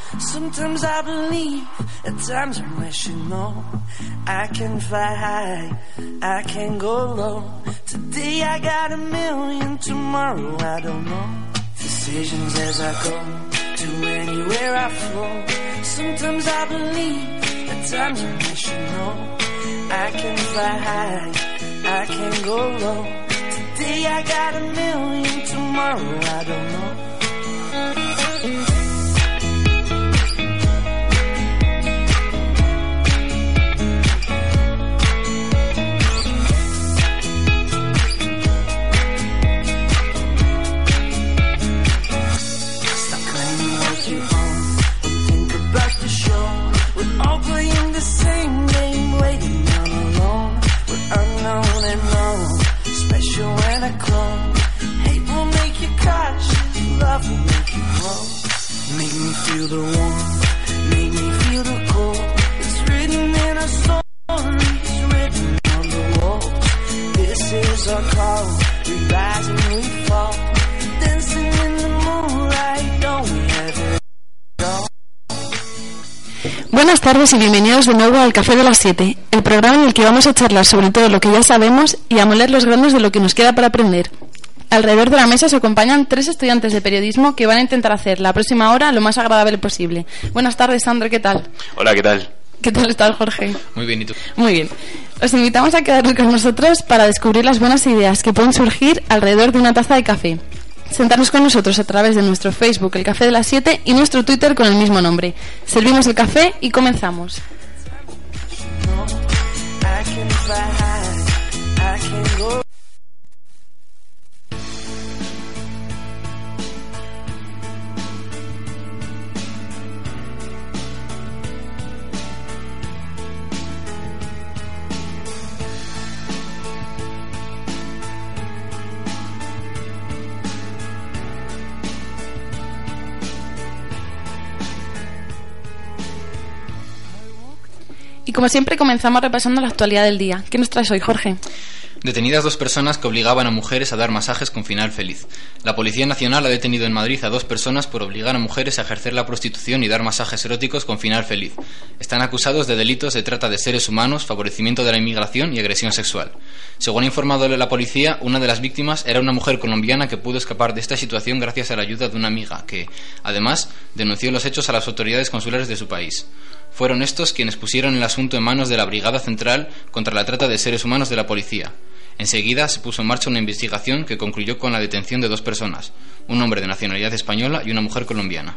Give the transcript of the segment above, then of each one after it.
Sometimes I believe, at times I wish you know. I can fly high, I can go low. Today I got a million, tomorrow I don't know. Decisions as I go, to anywhere I flow. Sometimes I believe, at times I wish you know. I can fly high, I can go low. Today I got a million, tomorrow I don't know. Stop claiming what you own and think about the show. We're all playing the same game, waiting on alone. We're unknown and known, special when I clone. Hate will make you cautious, love will make you grow. Make me feel the warmth, make me feel the cold. It's written in our stories, written on the walls. This is our call, we rise and we fall. Dancing in the moonlight, don't we ever go? Buenas tardes y bienvenidos de nuevo al Café de las 7, el programa en el que vamos a charlar sobre todo lo que ya sabemos y a moler los granos de lo que nos queda para aprender. Alrededor de la mesa se acompañan 3 estudiantes de periodismo que van a intentar hacer la próxima hora lo más agradable posible. Buenas tardes, Sandro, ¿qué tal? Hola, ¿qué tal? ¿Qué tal estás, Jorge? Muy bien, ¿y tú? Muy bien. Os invitamos a quedaros con nosotros para descubrir las buenas ideas que pueden surgir alrededor de una taza de café. Sentarnos con nosotros a través de nuestro Facebook, el Café de las 7, y nuestro Twitter con el mismo nombre. Servimos el café y comenzamos. Y como siempre comenzamos repasando la actualidad del día. ¿Qué nos traes hoy, Jorge? Detenidas 2 personas que obligaban a mujeres a dar masajes con final feliz. La Policía Nacional ha detenido en Madrid a 2 personas por obligar a mujeres a ejercer la prostitución y dar masajes eróticos con final feliz. Están acusados de delitos de trata de seres humanos, favorecimiento de la inmigración y agresión sexual. Según ha informado la policía, una de las víctimas era una mujer colombiana que pudo escapar de esta situación gracias a la ayuda de una amiga que, además, denunció los hechos a las autoridades consulares de su país. Fueron estos quienes pusieron el asunto en manos de la Brigada Central contra la Trata de Seres Humanos de la policía. Enseguida se puso en marcha una investigación que concluyó con la detención de 2 personas, un hombre de nacionalidad española y una mujer colombiana.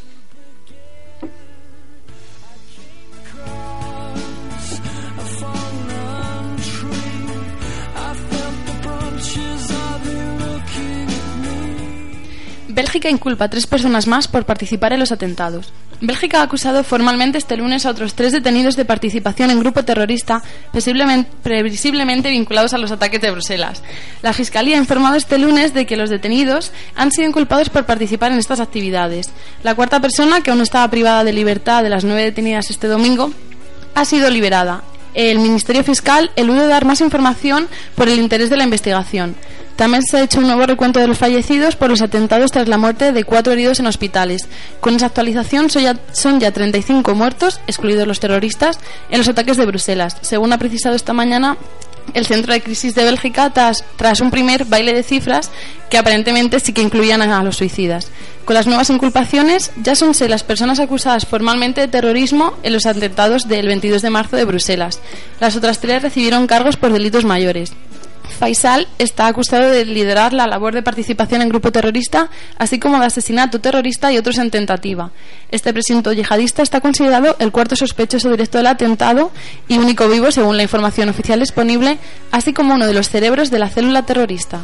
Bélgica inculpa a 3 personas más por participar en los atentados. Bélgica ha acusado formalmente este lunes a otros 3 detenidos de participación en grupo terrorista previsiblemente vinculados a los ataques de Bruselas. La Fiscalía ha informado este lunes de que los detenidos han sido inculpados por participar en estas actividades. La 4ª persona, que aún estaba privada de libertad de las 9 detenidas este domingo, ha sido liberada. El Ministerio Fiscal elude dar más información por el interés de la investigación. También se ha hecho un nuevo recuento de los fallecidos por los atentados tras la muerte de 4 heridos en hospitales. Con esa actualización son ya 35 muertos, excluidos los terroristas, en los ataques de Bruselas, según ha precisado esta mañana el Centro de Crisis de Bélgica tras un primer baile de cifras que aparentemente sí que incluían a los suicidas. Con las nuevas inculpaciones ya son 6 las personas acusadas formalmente de terrorismo en los atentados del 22 de marzo de Bruselas. Las otras 3 recibieron cargos por delitos mayores. Faisal está acusado de liderar la labor de participación en grupo terrorista, así como de asesinato terrorista y otros en tentativa. Este presunto yihadista está considerado el 4º sospechoso directo del atentado y único vivo según la información oficial disponible, así como uno de los cerebros de la célula terrorista.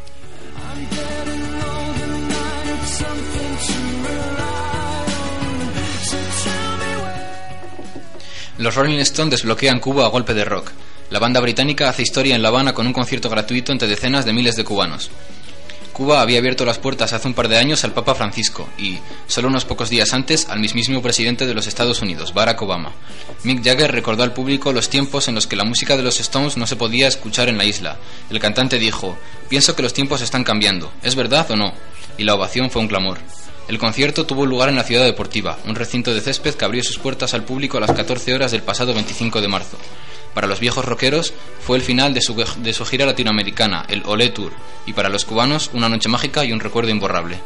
Los Rolling Stones desbloquean Cuba a golpe de rock. La banda británica hace historia en La Habana con un concierto gratuito entre decenas de miles de cubanos. Cuba había abierto las puertas hace un par de años al Papa Francisco y, solo unos pocos días antes, al mismísimo presidente de los Estados Unidos, Barack Obama. Mick Jagger recordó al público los tiempos en los que la música de los Stones no se podía escuchar en la isla. El cantante dijo: «Pienso que los tiempos están cambiando. ¿Es verdad o no?». Y la ovación fue un clamor. El concierto tuvo lugar en la Ciudad Deportiva, un recinto de césped que abrió sus puertas al público a las 14 horas del pasado 25 de marzo. Para los viejos rockeros fue el final de su gira latinoamericana, el Olé Tour, y para los cubanos una noche mágica y un recuerdo imborrable.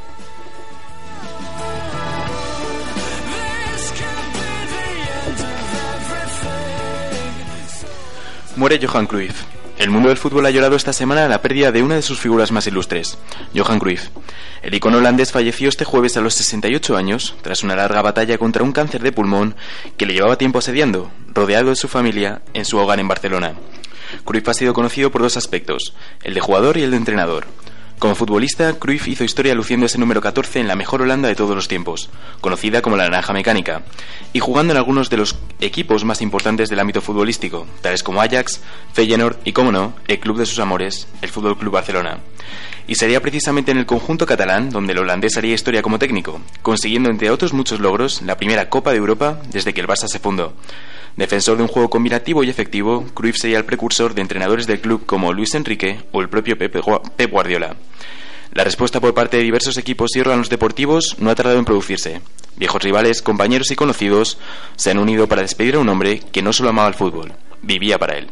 Muere Johan Cruyff. El mundo del fútbol ha llorado esta semana la pérdida de una de sus figuras más ilustres, Johan Cruyff. El icono holandés falleció este jueves a los 68 años, tras una larga batalla contra un cáncer de pulmón que le llevaba tiempo asediando, rodeado de su familia, en su hogar en Barcelona. Cruyff ha sido conocido por dos aspectos, el de jugador y el de entrenador. Como futbolista, Cruyff hizo historia luciendo ese número 14 en la mejor Holanda de todos los tiempos, conocida como la Naranja Mecánica, y jugando en algunos de los equipos más importantes del ámbito futbolístico, tales como Ajax, Feyenoord y, como no, el club de sus amores, el Fútbol Club Barcelona. Y sería precisamente en el conjunto catalán donde el holandés haría historia como técnico, consiguiendo entre otros muchos logros la primera Copa de Europa desde que el Barça se fundó. Defensor de un juego combinativo y efectivo, Cruyff sería el precursor de entrenadores del club como Luis Enrique o el propio Pep Guardiola. La respuesta por parte de diversos equipos y órganos deportivos no ha tardado en producirse. Viejos rivales, compañeros y conocidos se han unido para despedir a un hombre que no solo amaba el fútbol, vivía para él.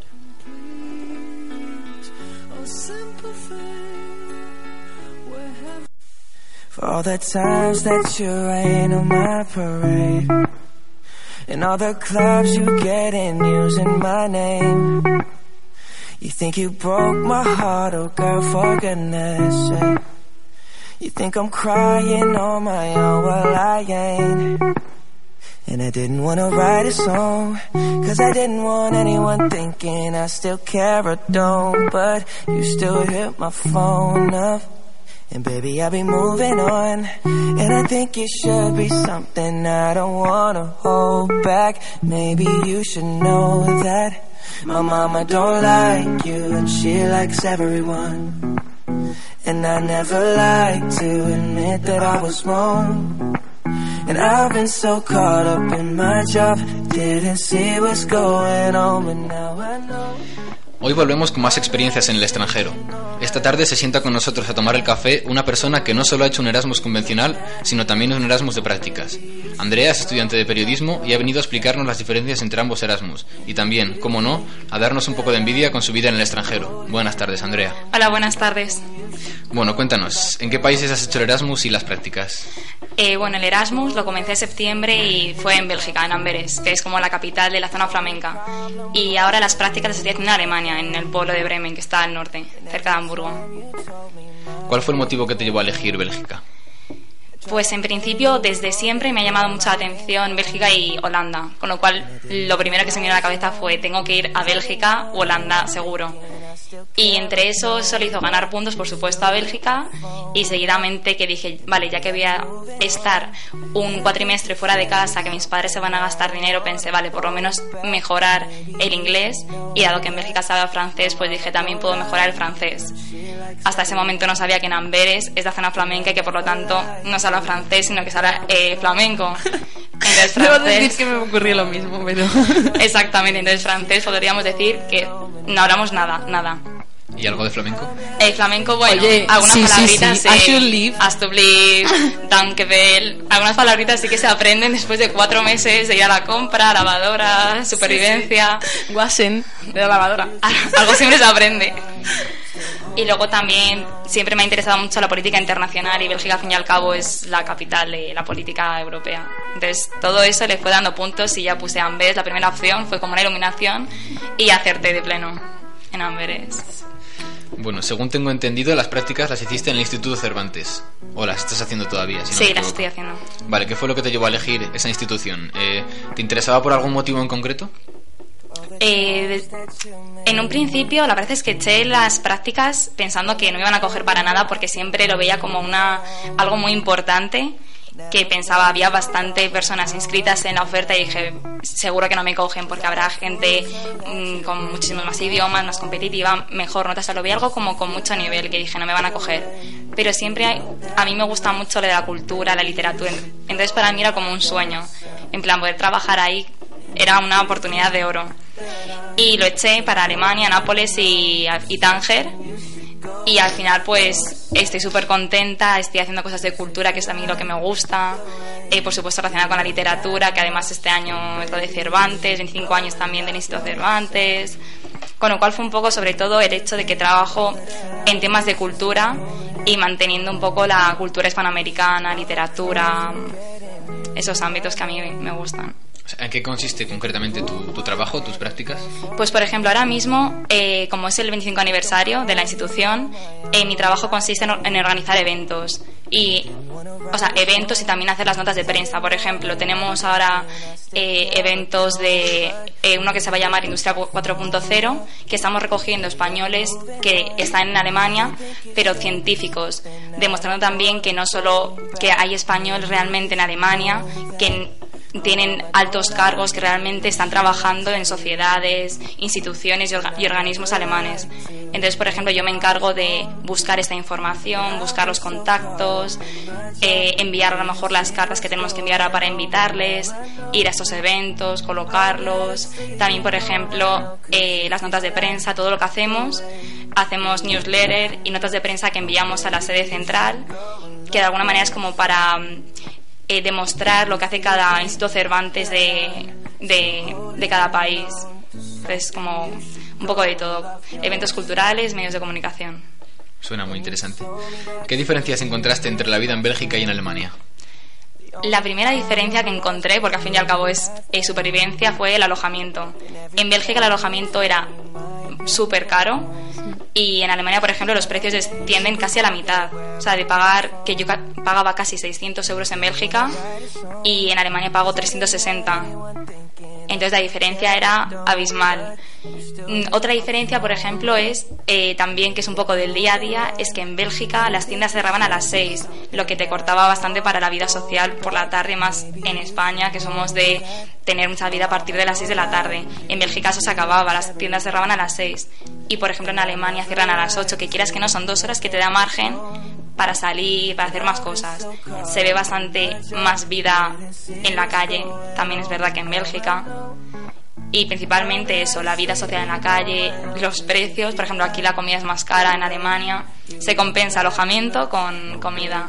For all the times that you rain on my parade, and all the clubs you get in using my name. You think you broke my heart, oh girl, for goodness sake. You think I'm crying on my own, well I ain't. And I didn't wanna write a song, cause I didn't want anyone thinking I still care or don't. But you still hit my phone up, and baby I'll be moving on. And I think it should be something I don't wanna hold back. Maybe you should know that my mama don't like you and she likes everyone. And I never like to admit that I was wrong. And I've been so caught up in my job, didn't see what's going on, but now I know. Hoy volvemos con más experiencias en el extranjero. Esta tarde se sienta con nosotros a tomar el café una persona que no solo ha hecho un Erasmus convencional, sino también un Erasmus de prácticas. Andrea es estudiante de periodismo y ha venido a explicarnos las diferencias entre ambos Erasmus y también, cómo no, a darnos un poco de envidia con su vida en el extranjero. Buenas tardes, Andrea. Hola, buenas tardes. Bueno, cuéntanos, ¿en qué países has hecho el Erasmus y las prácticas? Bueno, el Erasmus lo comencé en septiembre y fue en Bélgica, en Amberes, que es como la capital de la zona flamenca. Y ahora las prácticas las estoy haciendo en Alemania, en el pueblo de Bremen, que está al norte, cerca de Hamburgo. ¿Cuál fue el motivo que te llevó a elegir Bélgica? Pues en principio, desde siempre me ha llamado mucha atención Bélgica y Holanda, con lo cual lo primero que se me vino a la cabeza fue tengo que ir a Bélgica o Holanda seguro. Y entre eso le hizo ganar puntos, por supuesto, a Bélgica, y seguidamente que dije, vale, ya que voy a estar un cuatrimestre fuera de casa, que mis padres se van a gastar dinero, pensé, vale, por lo menos mejorar el inglés, y dado que en Bélgica se habla francés, pues dije, también puedo mejorar el francés. Hasta ese momento no sabía que en Amberes es la zona flamenca y que por lo tanto no se habla francés, sino que se habla flamenco. Entonces, francés... Debo decir que me ocurrió lo mismo, pero... Exactamente, entonces francés podríamos decir que no hablamos nada. ¿Y algo de flamenco? El flamenco, bueno, oye, algunas palabritas sí. I should leave. Astublir, Dankebel, algunas palabritas sí que se aprenden después de 4 meses de ir a la compra, lavadora, supervivencia. Wasen, de la lavadora. Algo siempre se aprende. Y luego también siempre me ha interesado mucho la política internacional y Bélgica, al fin y al cabo, es la capital de la política europea. Entonces todo eso le fue dando puntos y ya puse Amberes, la primera opción, fue como una iluminación, y acerté de pleno en Amberes. Bueno, según tengo entendido, las prácticas las hiciste en el Instituto Cervantes. ¿O las estás haciendo todavía? Si no sí, me las equivoco. estoy haciendo. Vale, ¿qué fue lo que te llevó a elegir esa institución? ¿Te interesaba por algún motivo en concreto? En un principio la verdad es que eché las prácticas pensando que no me iban a coger para nada, porque siempre lo veía como algo muy importante, que pensaba había bastante personas inscritas en la oferta y dije seguro que no me cogen porque habrá gente con muchísimos más idiomas, más competitiva, mejor nota, o sea, lo veía algo como con mucho nivel, que dije no me van a coger, pero siempre a mí me gusta mucho lo de la cultura, la literatura, entonces para mí era como un sueño, en plan poder trabajar ahí era una oportunidad de oro, y lo eché para Alemania, Nápoles y Tánger. Y al final pues estoy súper contenta, estoy haciendo cosas de cultura, que es a mí lo que me gusta, por supuesto relacionada con la literatura, que además este año es lo de Cervantes, 25 años también del Instituto Cervantes, con lo cual fue un poco sobre todo el hecho de que trabajo en temas de cultura y manteniendo un poco la cultura hispanoamericana, literatura, esos ámbitos que a mí me gustan. ¿En qué consiste concretamente tu trabajo, tus prácticas? Pues por ejemplo, ahora mismo, como es el 25 aniversario de la institución, mi trabajo consiste en organizar eventos. Eventos y también hacer las notas de prensa. Por ejemplo, tenemos ahora eventos de uno que se va a llamar Industria 4.0, que estamos recogiendo españoles que están en Alemania, pero científicos, demostrando también que no solo que hay españoles realmente en Alemania, que tienen altos cargos que realmente están trabajando en sociedades, instituciones y organismos alemanes. Entonces, por ejemplo, yo me encargo de buscar esta información, buscar los contactos, enviar a lo mejor las cartas que tenemos que enviar para invitarles, ir a estos eventos, colocarlos. También, por ejemplo, las notas de prensa, todo lo que hacemos newsletter y notas de prensa que enviamos a la sede central, que de alguna manera es como para demostrar lo que hace cada Instituto Cervantes de cada país. Entonces, como un poco de todo. Eventos culturales, medios de comunicación. Suena muy interesante. ¿Qué diferencias encontraste entre la vida en Bélgica y en Alemania? La primera diferencia que encontré, porque al fin y al cabo es supervivencia, fue el alojamiento. En Bélgica el alojamiento era súper caro y en Alemania, por ejemplo, los precios tienden casi a la mitad. O sea, de pagar, que yo pagaba casi 600 euros en Bélgica y en Alemania pago 360. Entonces la diferencia era abismal. Otra diferencia, por ejemplo, es también, que es un poco del día a día, es que en Bélgica las tiendas cerraban a las 6, lo que te cortaba bastante para la vida social por la tarde, más en España, que somos de tener mucha vida a partir de las 6 de la tarde. En Bélgica eso se acababa, las tiendas cerraban a las 6. Y, por ejemplo, en Alemania cierran a las 8, que quieras que no, son 2 horas que te da margen para salir, para hacer más cosas. Se ve bastante más vida en la calle, también es verdad que en Bélgica. Y principalmente eso, la vida social en la calle, los precios. Por ejemplo, aquí la comida es más cara, en Alemania se compensa alojamiento con comida.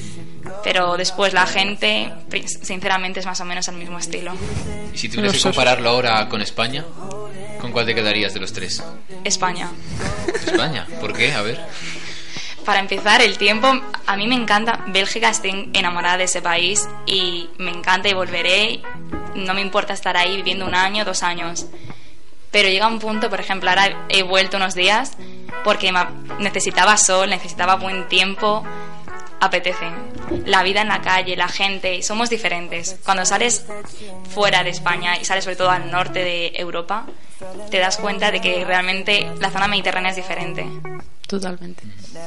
Pero después la gente, sinceramente, es más o menos el mismo estilo. ¿Y si tuvieras que compararlo ahora con España, con cuál te quedarías de los tres? España. ¿España? ¿Por qué? A ver. Para empezar, el tiempo, a mí me encanta. Bélgica, estoy enamorada de ese país y me encanta y volveré. No me importa estar ahí viviendo 1 año, 2 años. Pero llega un punto, por ejemplo, ahora he vuelto unos días porque necesitaba sol, necesitaba buen tiempo. Apetece. La vida en la calle, la gente, somos diferentes. Cuando sales fuera de España y sales sobre todo al norte de Europa, te das cuenta de que realmente la zona mediterránea es diferente. Totalmente.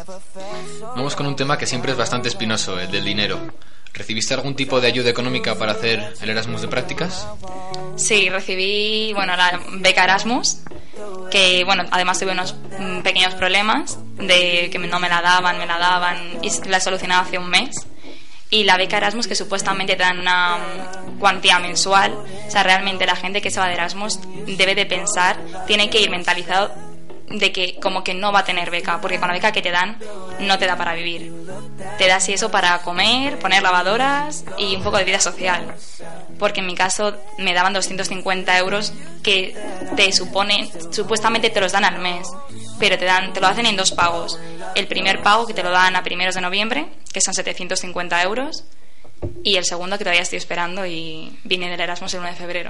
Vamos con un tema que siempre es bastante espinoso, el del dinero. ¿Recibiste algún tipo de ayuda económica para hacer el Erasmus de prácticas? Sí, recibí, la beca Erasmus, que, además tuve unos pequeños problemas de que no me la daban y la solucionaba hace un mes. Y la beca Erasmus, que supuestamente te dan una cuantía mensual, o sea, realmente la gente que se va de Erasmus debe de pensar, tiene que ir mentalizado de que como que no va a tener beca, porque con la beca que te dan no te da para vivir, te da así eso para comer, poner lavadoras y un poco de vida social, porque en mi caso me daban 250 euros que supuestamente te los dan al mes, pero te lo hacen en 2 pagos. El primer pago, que te lo dan a primeros de noviembre, que son 750 euros, y el segundo, que todavía estoy esperando, y vine del Erasmus el 1 de febrero.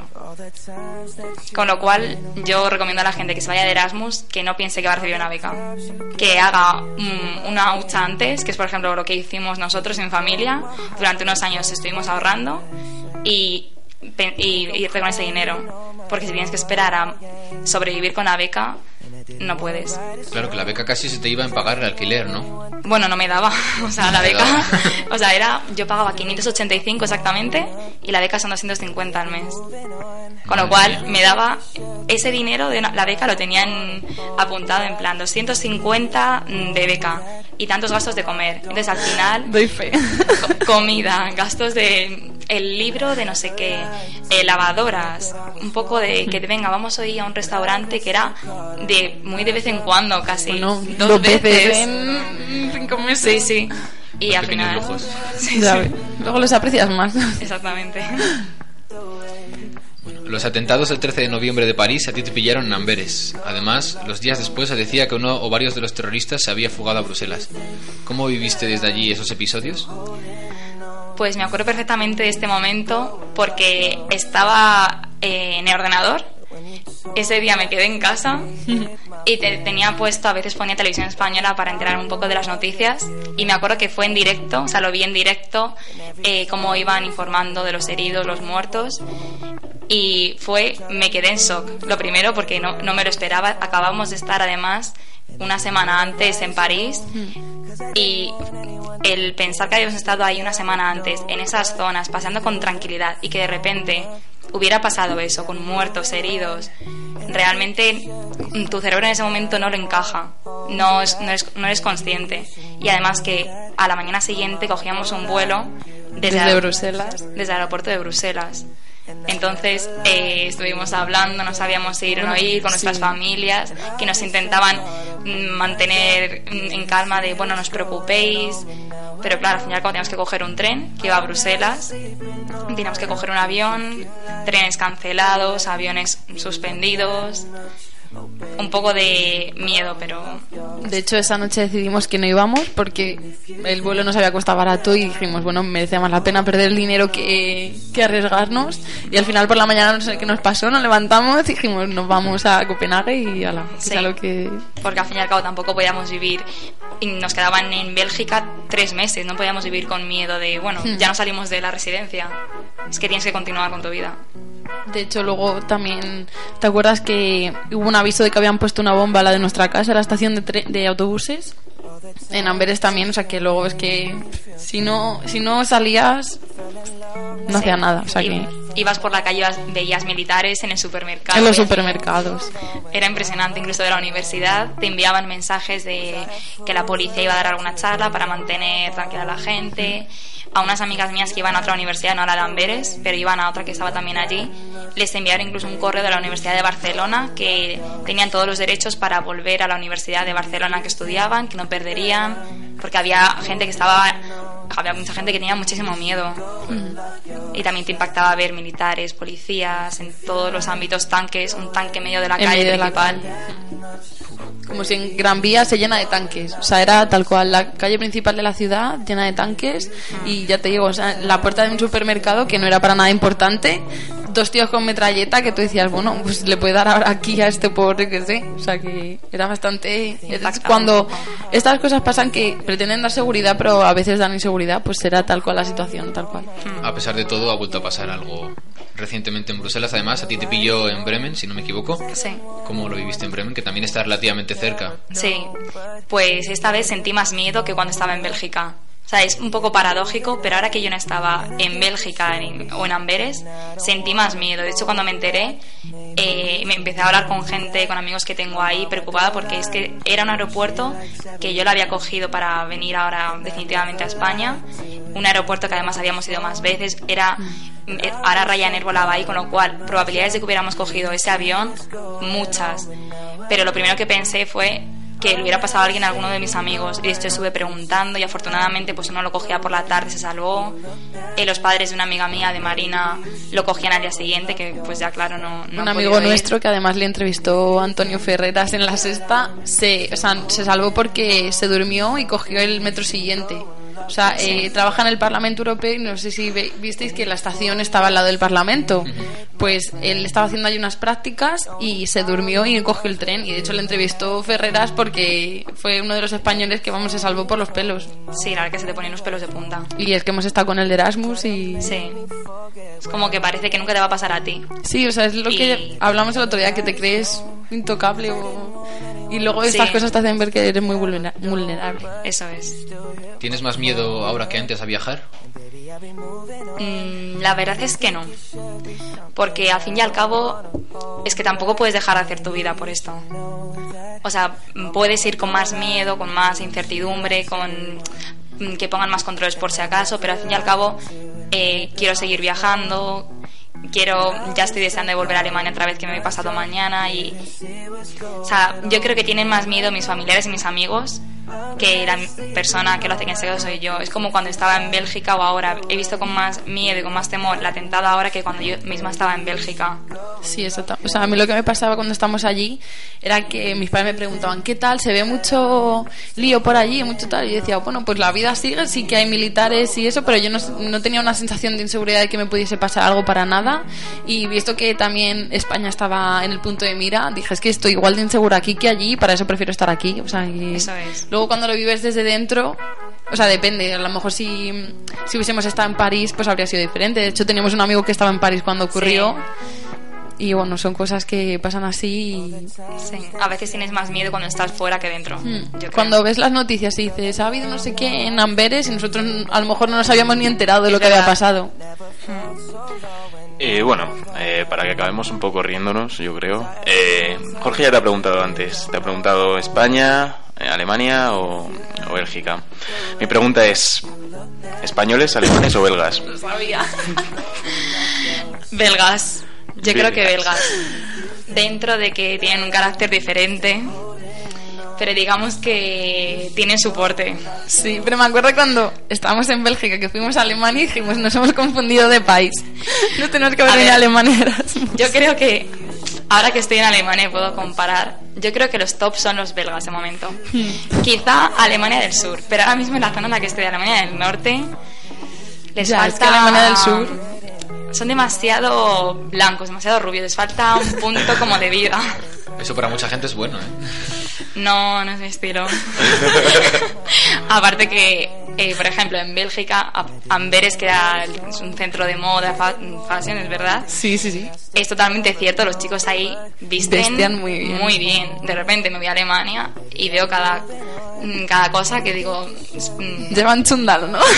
Con lo cual yo recomiendo a la gente que se vaya de Erasmus que no piense que va a recibir una beca, que haga una hucha antes, que es por ejemplo lo que hicimos nosotros en familia. Durante unos años estuvimos ahorrando y irte con ese dinero, porque si tienes que esperar a sobrevivir con la beca, no puedes. Claro, que la beca casi se te iba en pagar el alquiler, ¿no? Bueno, no me daba, la beca, yo pagaba 585 exactamente y la beca son 250 al mes. Con lo cual me daba ese dinero de la beca, lo tenían apuntado en plan 250 de beca y tantos gastos de comer. Entonces al final doy fe. Comida, gastos de el libro de no sé qué, lavadoras, un poco de que venga, vamos hoy a un restaurante, que era de muy de vez en cuando, casi Bueno, 2 veces en 5 meses. sí, y Los al pequeños final lujos. sí, ¿Sabes? Luego los aprecias más. exactamente. Los atentados del 13 de noviembre de París a ti te pillaron en Amberes. Además, los días después se decía que uno o varios de los terroristas se había fugado a Bruselas. ¿Cómo viviste desde allí esos episodios? Pues me acuerdo perfectamente de este momento porque estaba en el ordenador. Ese día me quedé en casa y tenía puesto, a veces ponía televisión española para enterarme un poco de las noticias, y me acuerdo que fue en directo, o sea, lo vi en directo, cómo iban informando de los heridos, los muertos, y me quedé en shock. Lo primero porque no me lo esperaba. Acabamos de estar además una semana antes en París, y el pensar que habíamos estado ahí una semana antes en esas zonas paseando con tranquilidad y que de repente hubiera pasado eso, con muertos, heridos, realmente tu cerebro en ese momento no lo encaja, no eres consciente. Y además que a la mañana siguiente cogíamos un vuelo desde Bruselas, desde el aeropuerto de Bruselas. Entonces estuvimos hablando, no sabíamos si ir o no ir, con nuestras familias, que nos intentaban mantener en calma de, bueno, no os preocupéis, pero claro, al final cuando teníamos que coger un tren que iba a Bruselas, teníamos que coger un avión, trenes cancelados, aviones suspendidos, un poco de miedo, pero... De hecho, esa noche decidimos que no íbamos porque el vuelo nos había costado barato y dijimos, bueno, merecía más la pena perder el dinero que arriesgarnos. Y al final por la mañana no sé qué nos pasó, nos levantamos y dijimos, nos vamos a Copenhague y ala, sí, es a lo que... Porque al fin y al cabo tampoco podíamos vivir, y nos quedaban en Bélgica 3 meses, no podíamos vivir con miedo de, bueno, ya no salimos de la residencia, es que tienes que continuar con tu vida. De hecho, luego también, ¿te acuerdas que hubo un aviso de que habían puesto una bomba a la de nuestra casa, a la estación de autobuses? En Amberes también, o sea que luego es que si no salías no hacía nada, o sea que... Ibas por la calle, veías militares en el supermercado. En los supermercados. Era impresionante, incluso de la universidad te enviaban mensajes de que la policía iba a dar alguna charla para mantener tranquila a la gente. A unas amigas mías que iban a otra universidad, no a la de Amberes, pero iban a otra que estaba también allí, les enviaron incluso un correo de la Universidad de Barcelona que tenían todos los derechos para volver a la Universidad de Barcelona que estudiaban, que no perderían, porque había mucha gente que tenía muchísimo miedo. Y también te impactaba ver militares, policías, en todos los ámbitos, tanques, un tanque en medio de la calle principal. Como si en Gran Vía se llena de tanques, o sea, era tal cual la calle principal de la ciudad llena de tanques. Y ya te digo, o sea, la puerta de un supermercado que no era para nada importante, 2 tíos con metralleta que tú decías, bueno, pues le puede dar ahora aquí a este pobre, que sé, o sea que era bastante... Cuando estas cosas pasan que pretenden dar seguridad pero a veces dan inseguridad, pues será tal cual la situación, tal cual. A pesar de todo, ha vuelto a pasar algo recientemente en Bruselas. Además, a ti te pilló en Bremen, si no me equivoco. Sí. ¿Cómo lo viviste en Bremen? Que también está relativamente cerca. Sí, pues esta vez sentí más miedo que cuando estaba en Bélgica. O sea, es un poco paradójico, pero ahora que yo no estaba en Bélgica o en Amberes, sentí más miedo. De hecho, cuando me enteré, me empecé a hablar con gente, con amigos que tengo ahí, preocupada, porque es que era un aeropuerto que yo lo había cogido para venir ahora definitivamente a España. Un aeropuerto que además habíamos ido más veces. Ahora Ryanair volaba ahí, con lo cual probabilidades de que hubiéramos cogido ese avión, muchas. Pero lo primero que pensé fue que le hubiera pasado a alguien, a alguno de mis amigos, y esto estuve preguntando, y afortunadamente pues uno lo cogía por la tarde, se salvó. Los padres de una amiga mía, de Marina, lo cogían al día siguiente, que pues ya claro no un amigo nuestro que además le entrevistó Antonio Ferreras en La Sexta, se salvó porque se durmió y cogió el metro siguiente. O sea, trabaja en el Parlamento Europeo y no sé si visteis que la estación estaba al lado del Parlamento. Pues él estaba haciendo ahí unas prácticas y se durmió y cogió el tren. Y de hecho le entrevistó Ferreras porque fue uno de los españoles que, vamos, se salvó por los pelos. Sí, la verdad que se te ponen los pelos de punta. Y es que hemos estado con el de Erasmus y... Sí. Es como que parece que nunca te va a pasar a ti. Sí, o sea, es lo que hablamos el otro día, que te crees intocable y luego estas cosas te hacen ver que eres muy vulnerable. Eso es. ¿Tienes más miedo ahora que antes a viajar? La verdad es que no, porque al fin y al cabo es que tampoco puedes dejar de hacer tu vida por esto. O sea, puedes ir con más miedo, con más incertidumbre, con que pongan más controles por si acaso, pero al fin y al cabo quiero seguir viajando, ya estoy deseando de volver a Alemania otra vez, que me he pasado mañana. Y, o sea, yo creo que tienen más miedo mis familiares y mis amigos que la persona que lo hace, que en este caso soy yo. Es como cuando estaba en Bélgica o ahora. He visto con más miedo y con más temor el atentado ahora que cuando yo misma estaba en Bélgica. Sí, eso. O sea, a mí lo que me pasaba cuando estábamos allí era que mis padres me preguntaban ¿qué tal? ¿Se ve mucho lío por allí? Mucho tal. Y yo decía, bueno, pues la vida sigue, sí que hay militares y eso, pero yo no tenía una sensación de inseguridad de que me pudiese pasar algo para nada. Y visto que también España estaba en el punto de mira, dije, es que estoy igual de insegura aquí que allí, para eso prefiero estar aquí. O sea, eso es. Luego cuando lo vives desde dentro, o sea, depende. A lo mejor si hubiésemos estado en París, pues habría sido diferente. De hecho, teníamos un amigo que estaba en París cuando ocurrió. Sí. Y bueno, son cosas que pasan así. Sí. A veces tienes más miedo cuando estás fuera que dentro. Cuando ves las noticias y dices, ha habido no sé qué en Amberes, y nosotros a lo mejor no nos habíamos ni enterado de lo que había pasado. Bueno, para que acabemos un poco riéndonos, yo creo. Jorge ya te ha preguntado antes. Te ha preguntado España, Alemania o Bélgica. Mi pregunta es, ¿españoles, alemanes o belgas? Lo sabía. Belgas. Yo creo que belgas. Dentro de que tienen un carácter diferente, pero digamos que tienen su porte. Sí, pero me acuerdo cuando estábamos en Bélgica, que fuimos a Alemania y dijimos, nos hemos confundido de país. No tenemos que haber venido a Alemania. Yo creo que, ahora que estoy en Alemania y puedo comparar, yo creo que los top son los belgas de momento. Quizá Alemania del Sur, pero ahora mismo en la zona en la que estoy, de Alemania del Norte, les falta... Es que Alemania del Sur... Son demasiado blancos, demasiado rubios, les falta un punto como de vida. Eso para mucha gente es bueno, ¿eh? No es mi estilo. Aparte que, por ejemplo, en Bélgica, Amberes, que es un centro de moda, fashion, ¿es verdad? Sí. Es totalmente cierto, los chicos ahí visten muy bien. De repente me voy a Alemania y veo cada cosa que digo... Llevan chundal, ¿no?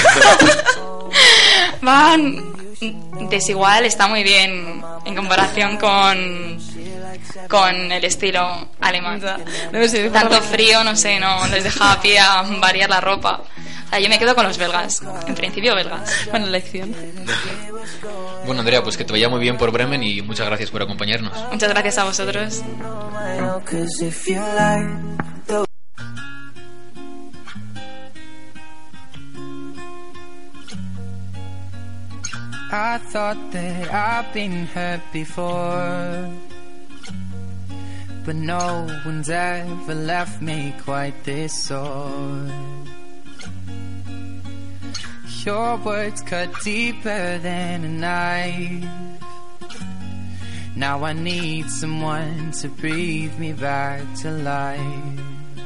Van... desigual, está muy bien en comparación con el estilo alemán. Tanto frío, no sé, no les deja pie a variar la ropa. O sea, yo me quedo con los belgas, en principio belgas. Buena elección. Bueno, Andrea, pues que te vaya muy bien por Bremen y muchas gracias por acompañarnos. Muchas gracias a vosotros. I thought that I've been hurt before, but no one's ever left me quite this sore. Your words cut deeper than a knife. Now I need someone to breathe me back to life.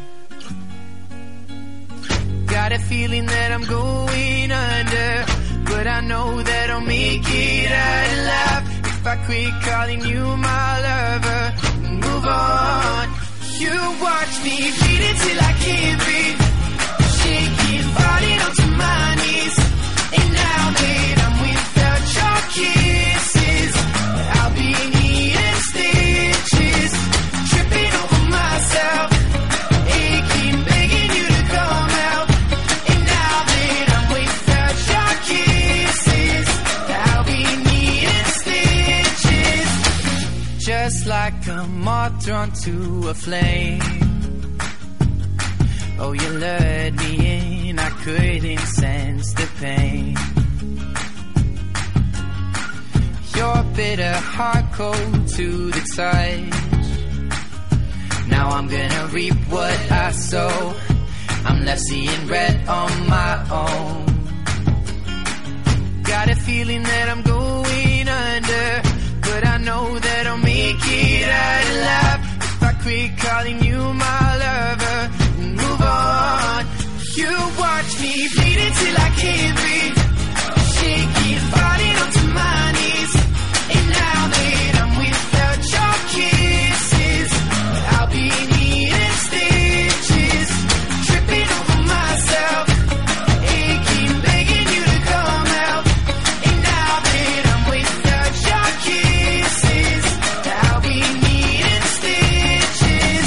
Got a feeling that I'm going under, but I know that I'll make it out alive if I quit calling you my lover and move on. You watch me bleed till I can't breathe, shaking, falling onto my knees. And now that I'm without your kisses, I'll be needing stitches, tripping over myself, aching, begging you to come out. And now that I'm without your kisses, I'll be needing stitches, just like a moth drawn to a flame. Oh, you lured me in, I couldn't sense the pain. Your bitter heart cold to the touch. Now I'm gonna reap what I sow. I'm left seeing red on my own. Got a feeling that I'm going under, but I know that I'll make it out alive if I quit calling you my lover and move on. You watch me bleed till I can't breathe, shaking, falling onto my knees. And now that I'm without your kisses, I'll be needing stitches, tripping over myself, aching, begging you to come out. And now that I'm without your kisses, I'll be needing stitches.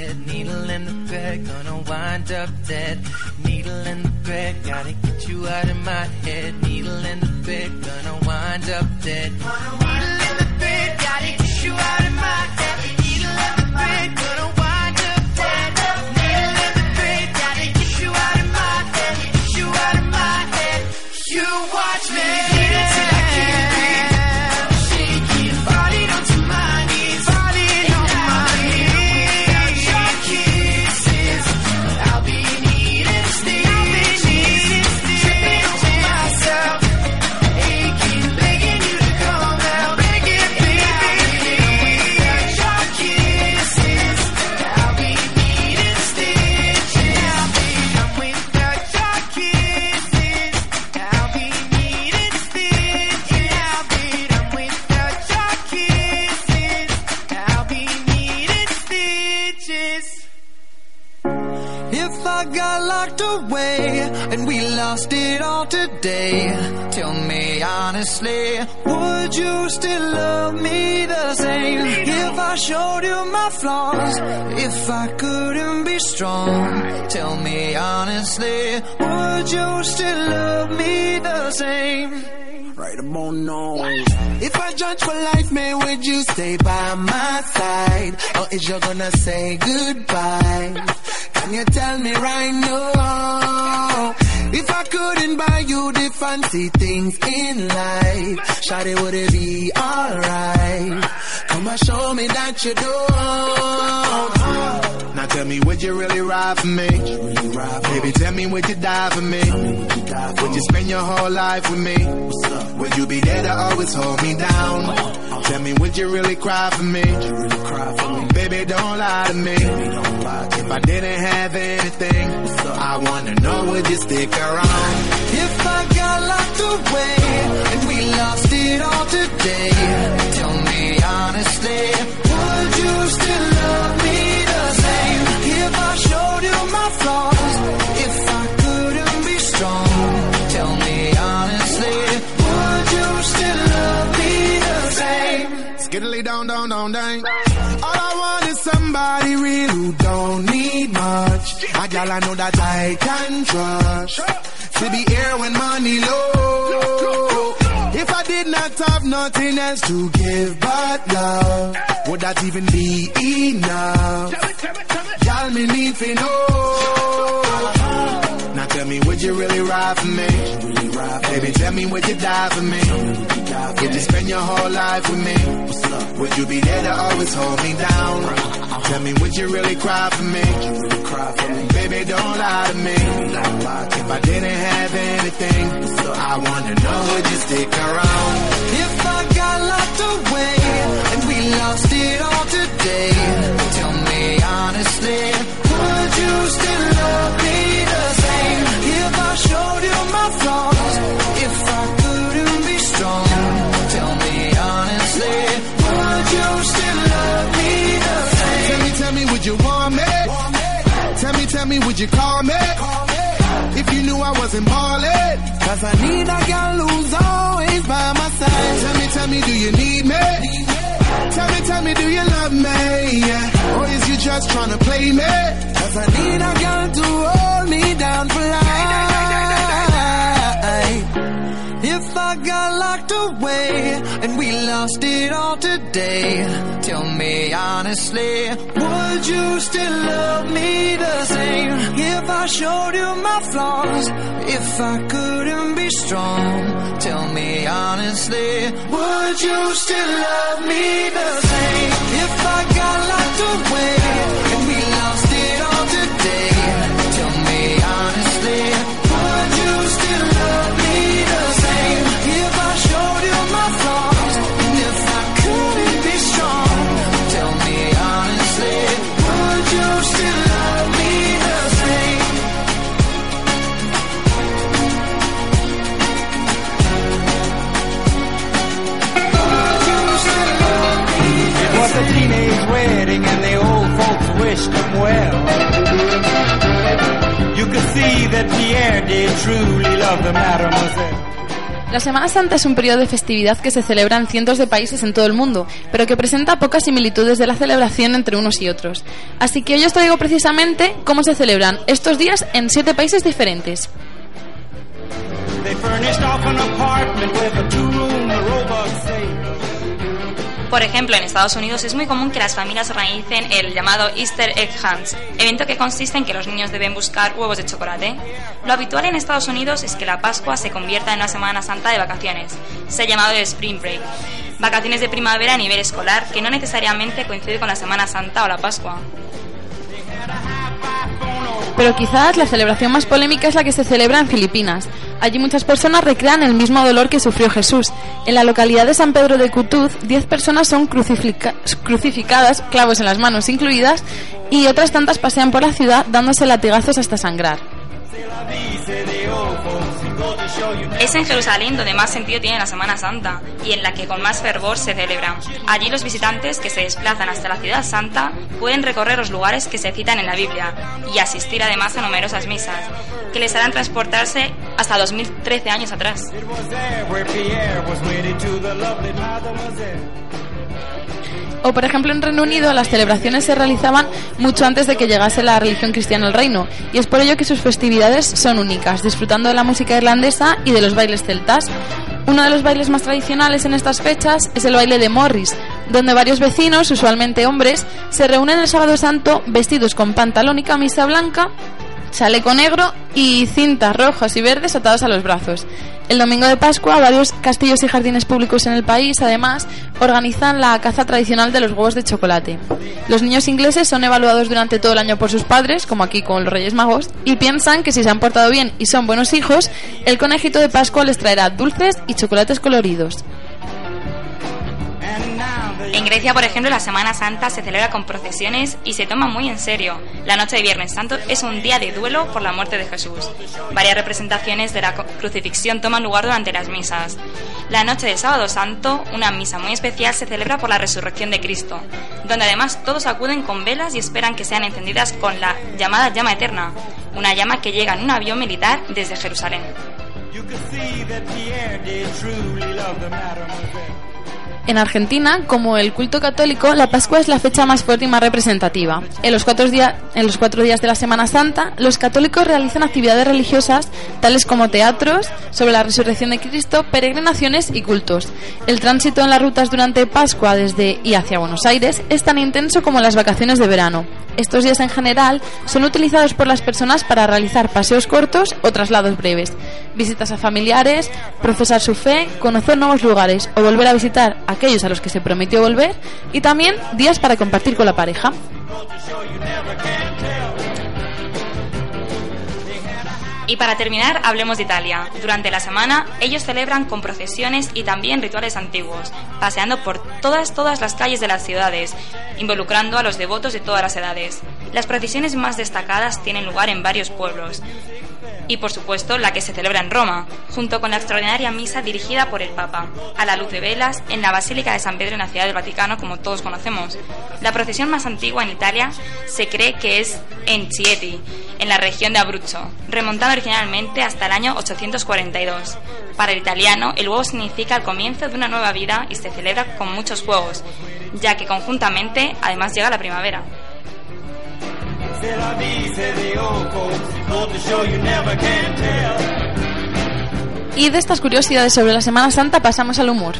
head, needle in the thread, gonna wind up dead. Needle in the thread, gotta get you out of my head. Needle in the thread, gonna wind up dead. Needle in the thread, gotta get you out of my head. Needle in the thread, gonna wind up dead. Needle in the thread, gotta get you out of my head. Get you out of my head. You watch me hit it till I can't breathe. Shaking, falling onto my knees, falling on my knees. Without your kisses, I'll be needing stitches, tripping over myself, aching, begging you to come out, begging, begging. Without your kisses, I'll be needing stitches. I'm without your kisses, I'll be needing stitches. I'm without your kisses, I'll be needing stitches. If I got locked away and we lost it all today, tell me honestly, would you still love me the same? If I showed you my flaws, if I couldn't be strong, tell me honestly, would you still love me the same? Right about now. If I judge for life, man, would you stay by my side? Or is you gonna say goodbye? Can you tell me right now? If I couldn't buy you the fancy things in life, shawty, would it be alright? Come and show me that you don't. Now tell me, would you really ride for me? Baby, tell me, would you die for me? Would you spend your whole life with me? Would you be there to always hold me down? Tell me, would you really cry for me? Baby, don't lie to me. If I didn't have anything, I wanna know, would you stick around? If I got locked away and we lost it all today, tell me honestly, would you still love me the same? If I showed you my flaws, if I couldn't be strong, tell me honestly, would you still love me the same? Skiddly down, down, down, down. All I want is somebody real who don't need much. A gal I know that I can trust, to be here when money low. If I did not have nothing else to give but love, would that even be enough? Y'all me need to know. Now tell me, would you really ride for me? Baby, tell me, would you die for me? Would you spend your whole life with me? Would you be there to always hold me down? Tell me, would you really cry for me? Baby, don't lie to me. If I didn't have anything, I wanna know, would you stick around? If I got locked away and we lost it all today, tell me honestly, would you still love me the same? If I showed you my flaws, if I couldn't be strong, tell me honestly, would you still love me the same? Tell me, would you want me? Tell me, would you call me? If you knew I wasn't ballin', 'cause I need a girl who's always by my side. Tell me, do you need me? Tell me, do you love me? Yeah. Or is you just tryna play me? 'Cause I need a girl to hold me down for life. If I got locked away and we lost it all today, tell me honestly, would you still love me the same? If I showed you my flaws, if I couldn't be strong, tell me honestly, would you still love me the same? If I got locked away and we lost it all today, tell me honestly, would you still love me the same? If I showed you my flaws, and if I couldn't be strong, tell me honestly, would you still love me the same? Would you still love me the same? It was a teenage wedding and the old folks wished them well. You could see that Pierre did truly love the mademoiselle. La Semana Santa es un periodo de festividad que se celebra en cientos de países en todo el mundo, pero que presenta pocas similitudes de la celebración entre unos y otros. Así que hoy os traigo precisamente cómo se celebran estos días en 7 países diferentes. Por ejemplo, en Estados Unidos es muy común que las familias organicen el llamado Easter Egg Hunt, evento que consiste en que los niños deben buscar huevos de chocolate. Lo habitual en Estados Unidos es que la Pascua se convierta en una Semana Santa de vacaciones. Se ha llamado el Spring Break, vacaciones de primavera a nivel escolar que no necesariamente coincide con la Semana Santa o la Pascua. Pero quizás la celebración más polémica es la que se celebra en Filipinas. Allí muchas personas recrean el mismo dolor que sufrió Jesús. En la localidad de San Pedro de Cutuz, 10 personas son crucificadas, clavos en las manos incluidas, y otras tantas pasean por la ciudad dándose latigazos hasta sangrar. Es en Jerusalén donde más sentido tiene la Semana Santa y en la que con más fervor se celebra. Allí los visitantes que se desplazan hasta la ciudad santa pueden recorrer los lugares que se citan en la Biblia y asistir además a numerosas misas, que les harán transportarse hasta 2013 años atrás. O por ejemplo en Reino Unido las celebraciones se realizaban mucho antes de que llegase la religión cristiana al reino, y es por ello que sus festividades son únicas, disfrutando de la música irlandesa y de los bailes celtas. Uno de los bailes más tradicionales en estas fechas es el baile de Morris, donde varios vecinos, usualmente hombres, se reúnen el sábado santo vestidos con pantalón y camisa blanca, chaleco negro y cintas rojas y verdes atadas a los brazos. El domingo de Pascua, varios castillos y jardines públicos en el país, además, organizan la caza tradicional de los huevos de chocolate. Los niños ingleses son evaluados durante todo el año por sus padres, como aquí con los Reyes Magos, y piensan que si se han portado bien y son buenos hijos, el conejito de Pascua les traerá dulces y chocolates coloridos. En Grecia, por ejemplo, la Semana Santa se celebra con procesiones y se toma muy en serio. La noche de Viernes Santo es un día de duelo por la muerte de Jesús. Varias representaciones de la crucifixión toman lugar durante las misas. La noche del Sábado Santo, una misa muy especial se celebra por la resurrección de Cristo, donde además todos acuden con velas y esperan que sean encendidas con la llamada llama eterna, una llama que llega en un avión militar desde Jerusalén. En Argentina, como el culto católico, la Pascua es la fecha más fuerte y más representativa. En los 4 días de la Semana Santa, los católicos realizan actividades religiosas tales como teatros sobre la resurrección de Cristo, peregrinaciones y cultos. El tránsito en las rutas durante Pascua desde y hacia Buenos Aires es tan intenso como las vacaciones de verano. Estos días en general son utilizados por las personas para realizar paseos cortos o traslados breves, visitas a familiares, profesar su fe, conocer nuevos lugares o volver a visitar aquellos a los que se prometió volver, y también días para compartir con la pareja. Y para terminar, hablemos de Italia. Durante la semana, ellos celebran con procesiones y también rituales antiguos, paseando por todas las calles de las ciudades, involucrando a los devotos de todas las edades. Las procesiones más destacadas tienen lugar en varios pueblos. Y por supuesto la que se celebra en Roma, junto con la extraordinaria misa dirigida por el Papa, a la luz de velas, en la Basílica de San Pedro en la Ciudad del Vaticano, como todos conocemos. La procesión más antigua en Italia se cree que es en Chieti, en la región de Abruzzo, remontando originalmente hasta el año 842. Para el italiano, el huevo significa el comienzo de una nueva vida y se celebra con muchos juegos, ya que conjuntamente además llega la primavera. Y de estas curiosidades sobre la Semana Santa pasamos al humor.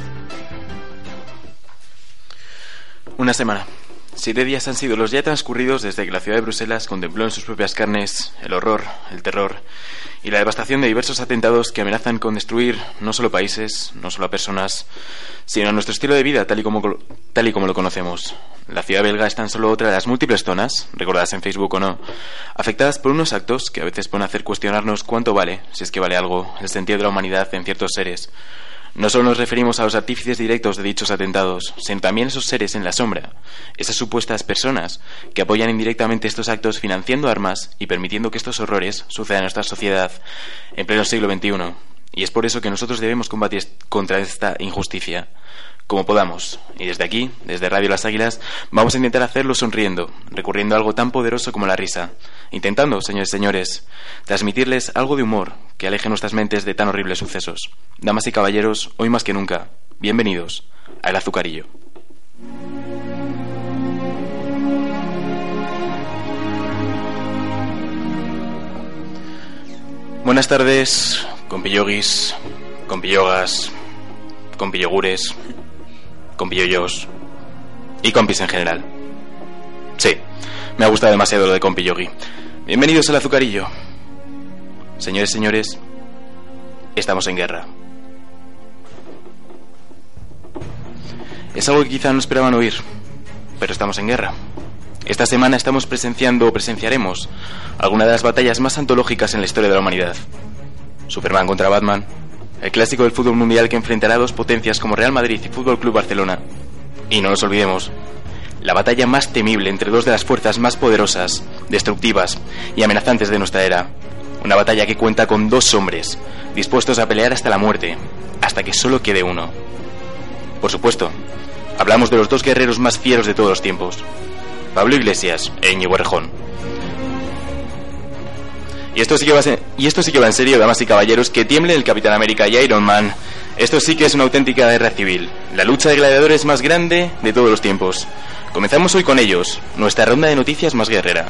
Una semana. 7 días han sido los ya transcurridos desde que la ciudad de Bruselas contempló en sus propias carnes el horror, el terror y la devastación de diversos atentados que amenazan con destruir no solo países, no solo a personas, sino a nuestro estilo de vida tal y como lo conocemos. La ciudad belga es tan solo otra de las múltiples zonas, recordadas en Facebook o no, afectadas por unos actos que a veces pueden hacer cuestionarnos cuánto vale, si es que vale algo, el sentido de la humanidad en ciertos seres. No solo nos referimos a los artífices directos de dichos atentados, sino también a esos seres en la sombra, esas supuestas personas que apoyan indirectamente estos actos financiando armas y permitiendo que estos horrores sucedan en nuestra sociedad en pleno siglo XXI. Y es por eso que nosotros debemos combatir contra esta injusticia. como podamos. Y desde aquí, desde Radio Las Águilas, vamos a intentar hacerlo sonriendo, recurriendo a algo tan poderoso como la risa. Intentando, señores y señores, transmitirles algo de humor que aleje nuestras mentes de tan horribles sucesos. Damas y caballeros, hoy más que nunca, bienvenidos a El Azucarillo. Buenas tardes, compiyogis, compiyogas, compiyogures, compilloyos y compis en general. Sí, me ha gustado demasiado lo de compiyogi. Bienvenidos al Azucarillo. Señores y señores, estamos en guerra. Es algo que quizá no esperaban oír, pero estamos en guerra. Esta semana estamos presenciando o presenciaremos alguna de las batallas más antológicas en la historia de la humanidad. Superman contra Batman, el clásico del fútbol mundial que enfrentará a dos potencias como Real Madrid y Fútbol Club Barcelona. Y no nos olvidemos, la batalla más temible entre dos de las fuerzas más poderosas, destructivas y amenazantes de nuestra era. Una batalla que cuenta con dos hombres, dispuestos a pelear hasta la muerte, hasta que solo quede uno. Por supuesto, hablamos de los dos guerreros más fieros de todos los tiempos, Pablo Iglesias e Íñigo Errejón. Y esto sí que va en serio, damas y caballeros, que tiemble el Capitán América y Iron Man. Esto sí que es una auténtica guerra civil, la lucha de gladiadores más grande de todos los tiempos. Comenzamos hoy con ellos, nuestra ronda de noticias más guerrera.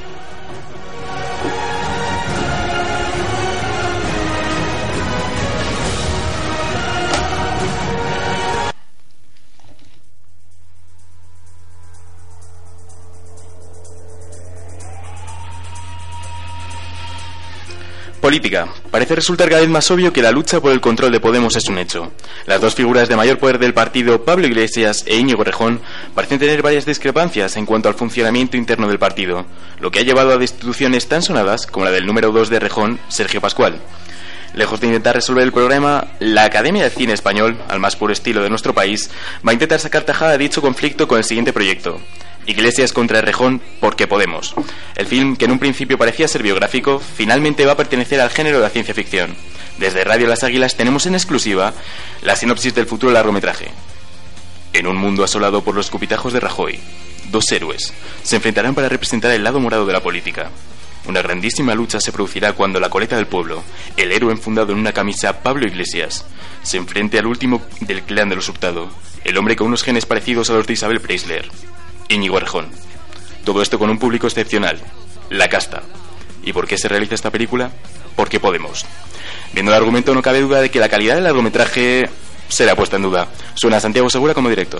Política. Parece resultar cada vez más obvio que la lucha por el control de Podemos es un hecho. Las dos figuras de mayor poder del partido, Pablo Iglesias e Íñigo Errejón, parecen tener varias discrepancias en cuanto al funcionamiento interno del partido, lo que ha llevado a destituciones tan sonadas como la del número 2 de Errejón, Sergio Pascual. Lejos de intentar resolver el problema, la Academia del Cine Español, al más puro estilo de nuestro país, va a intentar sacar tajada de dicho conflicto con el siguiente proyecto: Iglesias contra Errejón porque Podemos. El film, que en un principio parecía ser biográfico, finalmente va a pertenecer al género de la ciencia ficción. Desde Radio Las Águilas tenemos en exclusiva la sinopsis del futuro largometraje. En un mundo asolado por los escupitajos de Rajoy, dos héroes se enfrentarán para representar el lado morado de la política. Una grandísima lucha se producirá cuando la coleta del pueblo, el héroe enfundado en una camisa, Pablo Iglesias, se enfrente al último del clan de los Hurtado, el hombre con unos genes parecidos a los de Isabel Preisler, Íñigo Errejón. Todo esto con un público excepcional, la casta. ¿Y por qué se realiza esta película? Porque Podemos. Viendo el argumento, no cabe duda de que la calidad del largometraje será puesta en duda. Suena a Santiago Segura como director.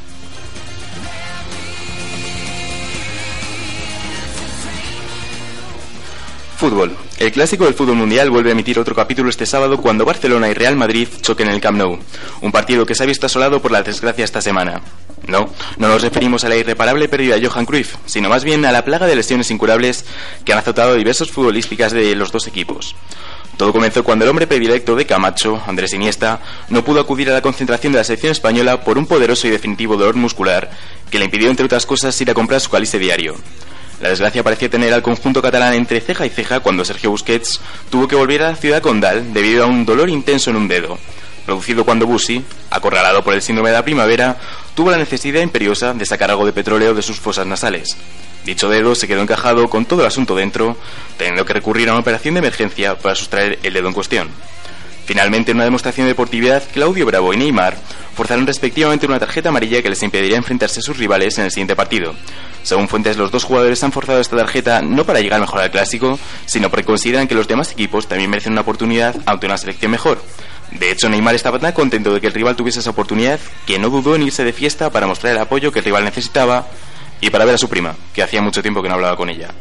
Fútbol. El clásico del fútbol mundial vuelve a emitir otro capítulo este sábado cuando Barcelona y Real Madrid choquen en el Camp Nou. Un partido que se ha visto asolado por la desgracia esta semana. No nos referimos a la irreparable pérdida de Johan Cruyff, sino más bien a la plaga de lesiones incurables que han azotado a diversos futbolistas de los dos equipos. Todo comenzó cuando el hombre predilecto de Camacho, Andrés Iniesta, no pudo acudir a la concentración de la selección española por un poderoso y definitivo dolor muscular que le impidió, entre otras cosas, ir a comprar su cálice diario. La desgracia parecía tener al conjunto catalán entre ceja y ceja cuando Sergio Busquets tuvo que volver a la ciudad condal debido a un dolor intenso en un dedo, producido cuando Busi, acorralado por el síndrome de la primavera, tuvo la necesidad imperiosa de sacar algo de petróleo de sus fosas nasales. Dicho dedo se quedó encajado con todo el asunto dentro, teniendo que recurrir a una operación de emergencia para sustraer el dedo en cuestión. Finalmente, en una demostración de deportividad, Claudio Bravo y Neymar forzaron respectivamente una tarjeta amarilla que les impediría enfrentarse a sus rivales en el siguiente partido. Según fuentes, los dos jugadores han forzado esta tarjeta no para llegar mejor al clásico, sino porque consideran que los demás equipos también merecen una oportunidad ante una selección mejor. De hecho, Neymar estaba tan contento de que el rival tuviese esa oportunidad que no dudó en irse de fiesta para mostrar el apoyo que el rival necesitaba y para ver a su prima, que hacía mucho tiempo que no hablaba con ella.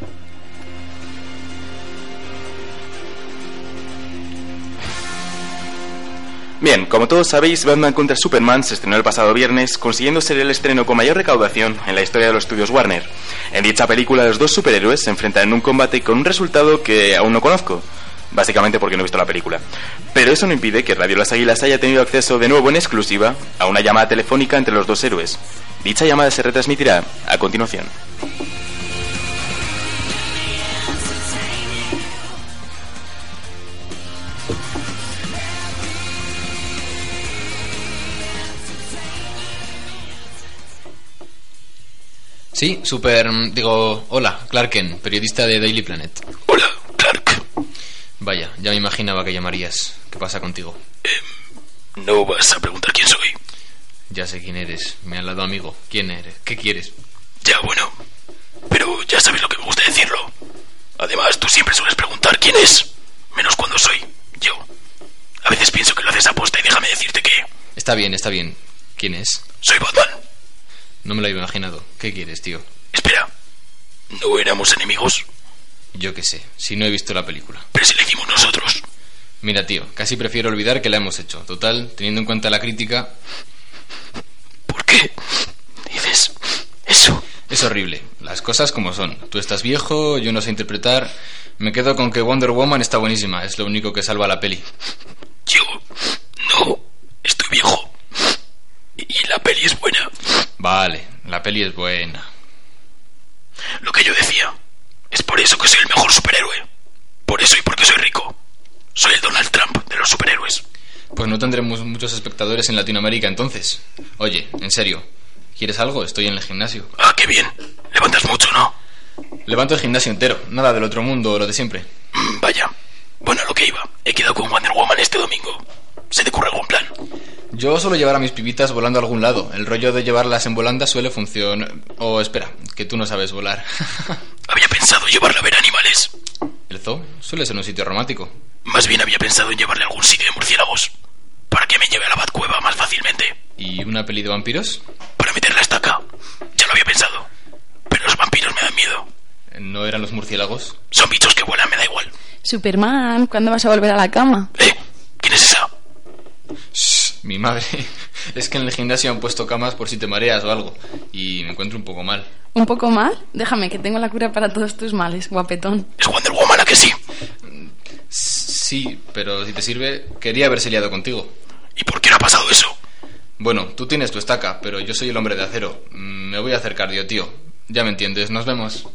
Bien, como todos sabéis, Batman contra Superman se estrenó el pasado viernes, consiguiendo ser el estreno con mayor recaudación en la historia de los estudios Warner. En dicha película, los dos superhéroes se enfrentan en un combate con un resultado que aún no conozco, básicamente porque no he visto la película. Pero eso no impide que Radio Las Águilas haya tenido acceso de nuevo en exclusiva a una llamada telefónica entre los dos héroes. Dicha llamada se retransmitirá a continuación. Sí, hola, Clark Kent, periodista de Daily Planet. Hola, Clark. Vaya, ya me imaginaba que llamarías. ¿Qué pasa contigo? No vas a preguntar quién soy. Ya sé quién eres, me han dado amigo. ¿Quién eres? ¿Qué quieres? Ya, bueno, pero ya sabes lo que me gusta decirlo. Además, tú siempre sueles preguntar quién es, menos cuando soy yo. A veces pienso que lo haces a posta y déjame decirte que... Está bien. ¿Quién es? Soy Batman. No me lo había imaginado. ¿Qué quieres, tío? Espera, ¿no éramos enemigos? Yo qué sé, si no he visto la película. Pero si la hicimos nosotros. Mira, tío, casi prefiero olvidar que la hemos hecho. Total, teniendo en cuenta la crítica... ¿Por qué dices eso? Es horrible, las cosas como son. Tú estás viejo, yo no sé interpretar. Me quedo con que Wonder Woman está buenísima, es lo único que salva la peli. Yo no estoy viejo. Y la peli es buena. Vale, la peli es buena. Lo que yo decía, es por eso que soy el mejor superhéroe. Por eso y porque soy rico. Soy el Donald Trump de los superhéroes. Pues no tendremos muchos espectadores en Latinoamérica entonces. Oye, en serio, ¿quieres algo? Estoy en el gimnasio. Ah, qué bien. Levantas mucho, ¿no? Levanto el gimnasio entero, nada del otro mundo, lo de siempre. Vaya. Bueno, a lo que iba. He quedado con Wonder Woman este domingo. ¿Se te ocurre algún plan? Yo suelo llevar a mis pibitas volando a algún lado. El rollo de llevarlas en volanda suele funcionar... espera, que tú no sabes volar. Había pensado llevarla a ver animales. ¿El zoo? Suele ser un sitio romántico. Más bien había pensado en llevarle a algún sitio de murciélagos. Para que me lleve a la Batcueva más fácilmente. ¿Y una peli de vampiros? Para meter la estaca. Ya lo había pensado. Pero los vampiros me dan miedo. ¿No eran los murciélagos? Son bichos que vuelan, me da igual. Superman, ¿cuándo vas a volver a la cama? ¿Quién es esa? Shh, mi madre. Es que en el gimnasio han puesto camas por si te mareas o algo. Y me encuentro un poco mal. ¿Un poco mal? Déjame, que tengo la cura para todos tus males, guapetón. Es Wonder Woman, ¿a que sí? Sí, pero si te sirve, quería haberse liado contigo. ¿Y por qué no ha pasado eso? Bueno, tú tienes tu estaca, pero yo soy el hombre de acero. Me voy a hacer cardio, tío. Ya me entiendes, nos vemos.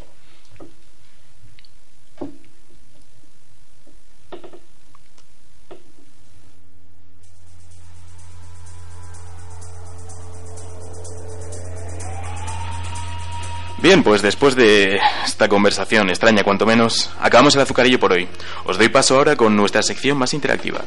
Bien, pues después de esta conversación extraña cuanto menos, acabamos el azucarillo por hoy. Os doy paso ahora con nuestra sección más interactiva.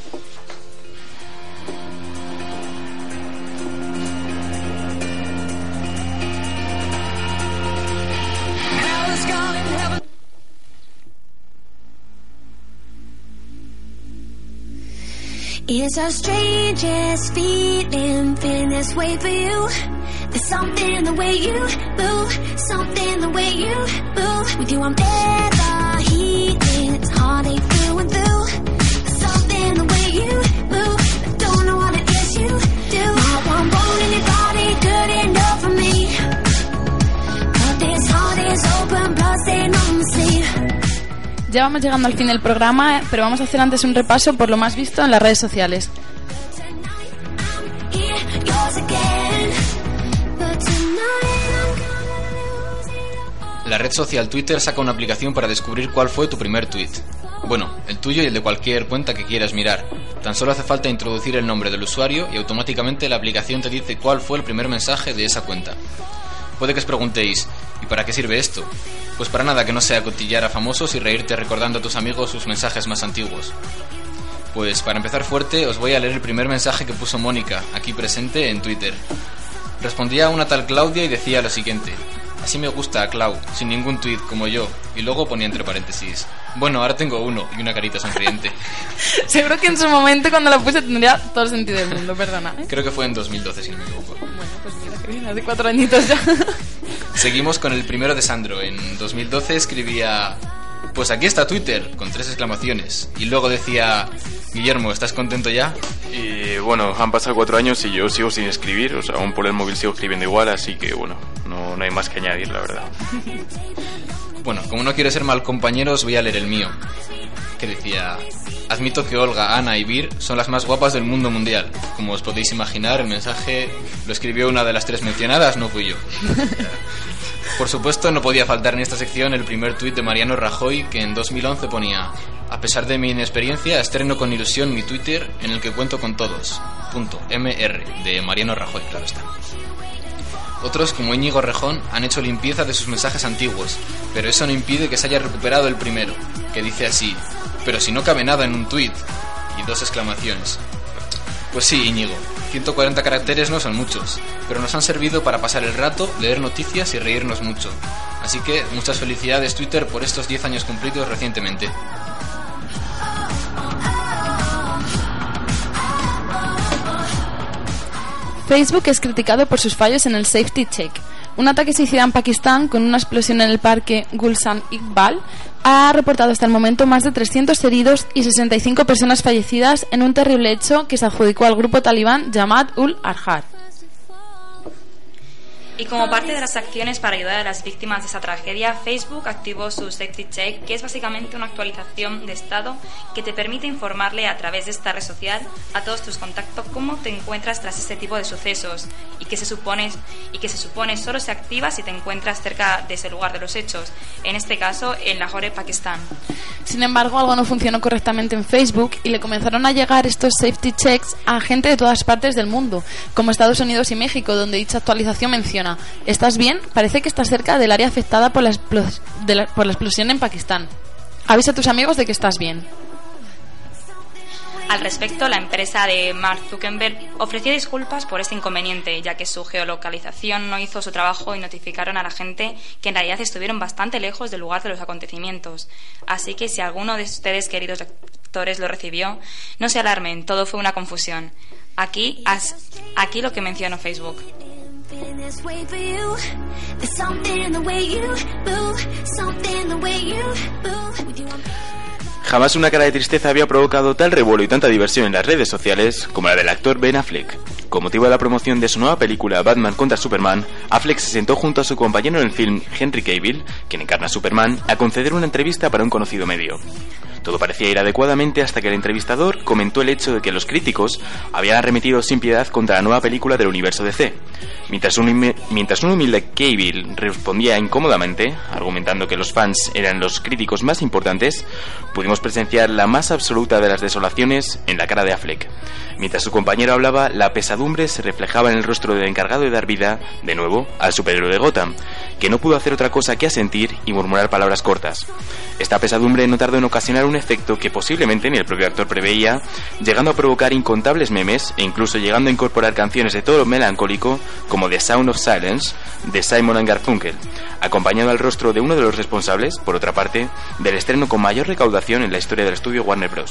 It's our strangest feeling this way for you. There's something the way you move, something the way you move. With you I'm ever healing, it's heartache through and through. There's something the way you move, I don't know what it is you do. Now I'm bone in your body, good enough for me. But this heart is open, bloodstained on the sleeve. Ya vamos llegando al fin del programa, pero vamos a hacer antes un repaso por lo más visto en las redes sociales. La red social Twitter saca una aplicación para descubrir cuál fue tu primer tweet. Bueno, el tuyo y el de cualquier cuenta que quieras mirar. Tan solo hace falta introducir el nombre del usuario y automáticamente la aplicación te dice cuál fue el primer mensaje de esa cuenta. Puede que os preguntéis, ¿y para qué sirve esto? Pues para nada que no sea cotillar a famosos y reírte recordando a tus amigos sus mensajes más antiguos. Pues para empezar fuerte os voy a leer el primer mensaje que puso Mónica, aquí presente en Twitter. Respondía a una tal Claudia y decía lo siguiente: así me gusta a Clau, sin ningún tuit como yo. Y luego ponía entre paréntesis: bueno, ahora tengo uno, y una carita sonriente. Seguro que en su momento cuando lo puse tendría todo el sentido del mundo, perdona, ¿eh? Creo que fue en 2012, si no me equivoco. Bueno, pues mira que bien, hace 4 añitos ya. Seguimos con el primero de Sandro. En 2012 escribía: pues aquí está Twitter, con 3 exclamaciones. Y luego decía: Guillermo, ¿estás contento ya? Y bueno, han pasado 4 años y yo sigo sin escribir. O sea, aún por el móvil sigo escribiendo igual, así que bueno, no hay más que añadir, la verdad. Bueno, como no quiero ser mal compañero, os voy a leer el mío, que decía: admito que Olga, Ana y Vir son las más guapas del mundo mundial. Como os podéis imaginar, el mensaje lo escribió una de las 3 mencionadas, no fui yo. Por supuesto, no podía faltar en esta sección el primer tuit de Mariano Rajoy, que en 2011 ponía: a pesar de mi inexperiencia, estreno con ilusión mi Twitter, en el que cuento con todos. .mr, de Mariano Rajoy, claro está. Otros, como Íñigo Rejón, han hecho limpieza de sus mensajes antiguos, pero eso no impide que se haya recuperado el primero, que dice así: pero si no cabe nada en un tuit, y 2 exclamaciones. Pues sí, Íñigo, 140 caracteres no son muchos, pero nos han servido para pasar el rato, leer noticias y reírnos mucho. Así que muchas felicidades, Twitter, por estos 10 años cumplidos recientemente. Facebook es criticado por sus fallos en el Safety Check. Un ataque suicida en Pakistán con una explosión en el parque Gulshan Iqbal ha reportado hasta el momento más de 300 heridos y 65 personas fallecidas en un terrible hecho que se adjudicó al grupo talibán Jamaat-ul-Ahrar. Y como parte de las acciones para ayudar a las víctimas de esa tragedia, Facebook activó su Safety Check, que es básicamente una actualización de estado que te permite informarle a través de esta red social a todos tus contactos cómo te encuentras tras este tipo de sucesos y que se supone solo se activa si te encuentras cerca de ese lugar de los hechos, en este caso en Lahore, Pakistán. Sin embargo, algo no funcionó correctamente en Facebook y le comenzaron a llegar estos Safety Checks a gente de todas partes del mundo, como Estados Unidos y México, donde dicha actualización menciona: ¿estás bien? Parece que estás cerca del área afectada por la explosión en Pakistán. Avisa a tus amigos de que estás bien. Al respecto, la empresa de Mark Zuckerberg ofreció disculpas por este inconveniente, ya que su geolocalización no hizo su trabajo y notificaron a la gente que en realidad estuvieron bastante lejos del lugar de los acontecimientos. Así que si alguno de ustedes, queridos lectores, lo recibió, no se alarmen, todo fue una confusión. Aquí lo que mencionó Facebook. Jamás una cara de tristeza había provocado tal revuelo y tanta diversión en las redes sociales como la del actor Ben Affleck. Con motivo de la promoción de su nueva película Batman contra Superman, Affleck se sentó junto a su compañero en el film, Henry Cavill, quien encarna a Superman, a conceder una entrevista para un conocido medio. Todo parecía ir adecuadamente hasta que el entrevistador comentó el hecho de que los críticos habían arremetido sin piedad contra la nueva película del universo DC. Mientras un humilde Cavill respondía incómodamente, argumentando que los fans eran los críticos más importantes, pudimos presenciar la más absoluta de las desolaciones en la cara de Affleck. Mientras su compañero hablaba, la pesadumbre se reflejaba en el rostro del encargado de dar vida, de nuevo, al superhéroe de Gotham, que no pudo hacer otra cosa que asentir y murmurar palabras cortas. Esta pesadumbre no tardó en ocasionar un efecto que posiblemente ni el propio actor preveía, llegando a provocar incontables memes e incluso llegando a incorporar canciones de tono melancólico como The Sound of Silence de Simon & Garfunkel, acompañado al rostro de uno de los responsables, por otra parte, del estreno con mayor recaudación en la historia del estudio Warner Bros.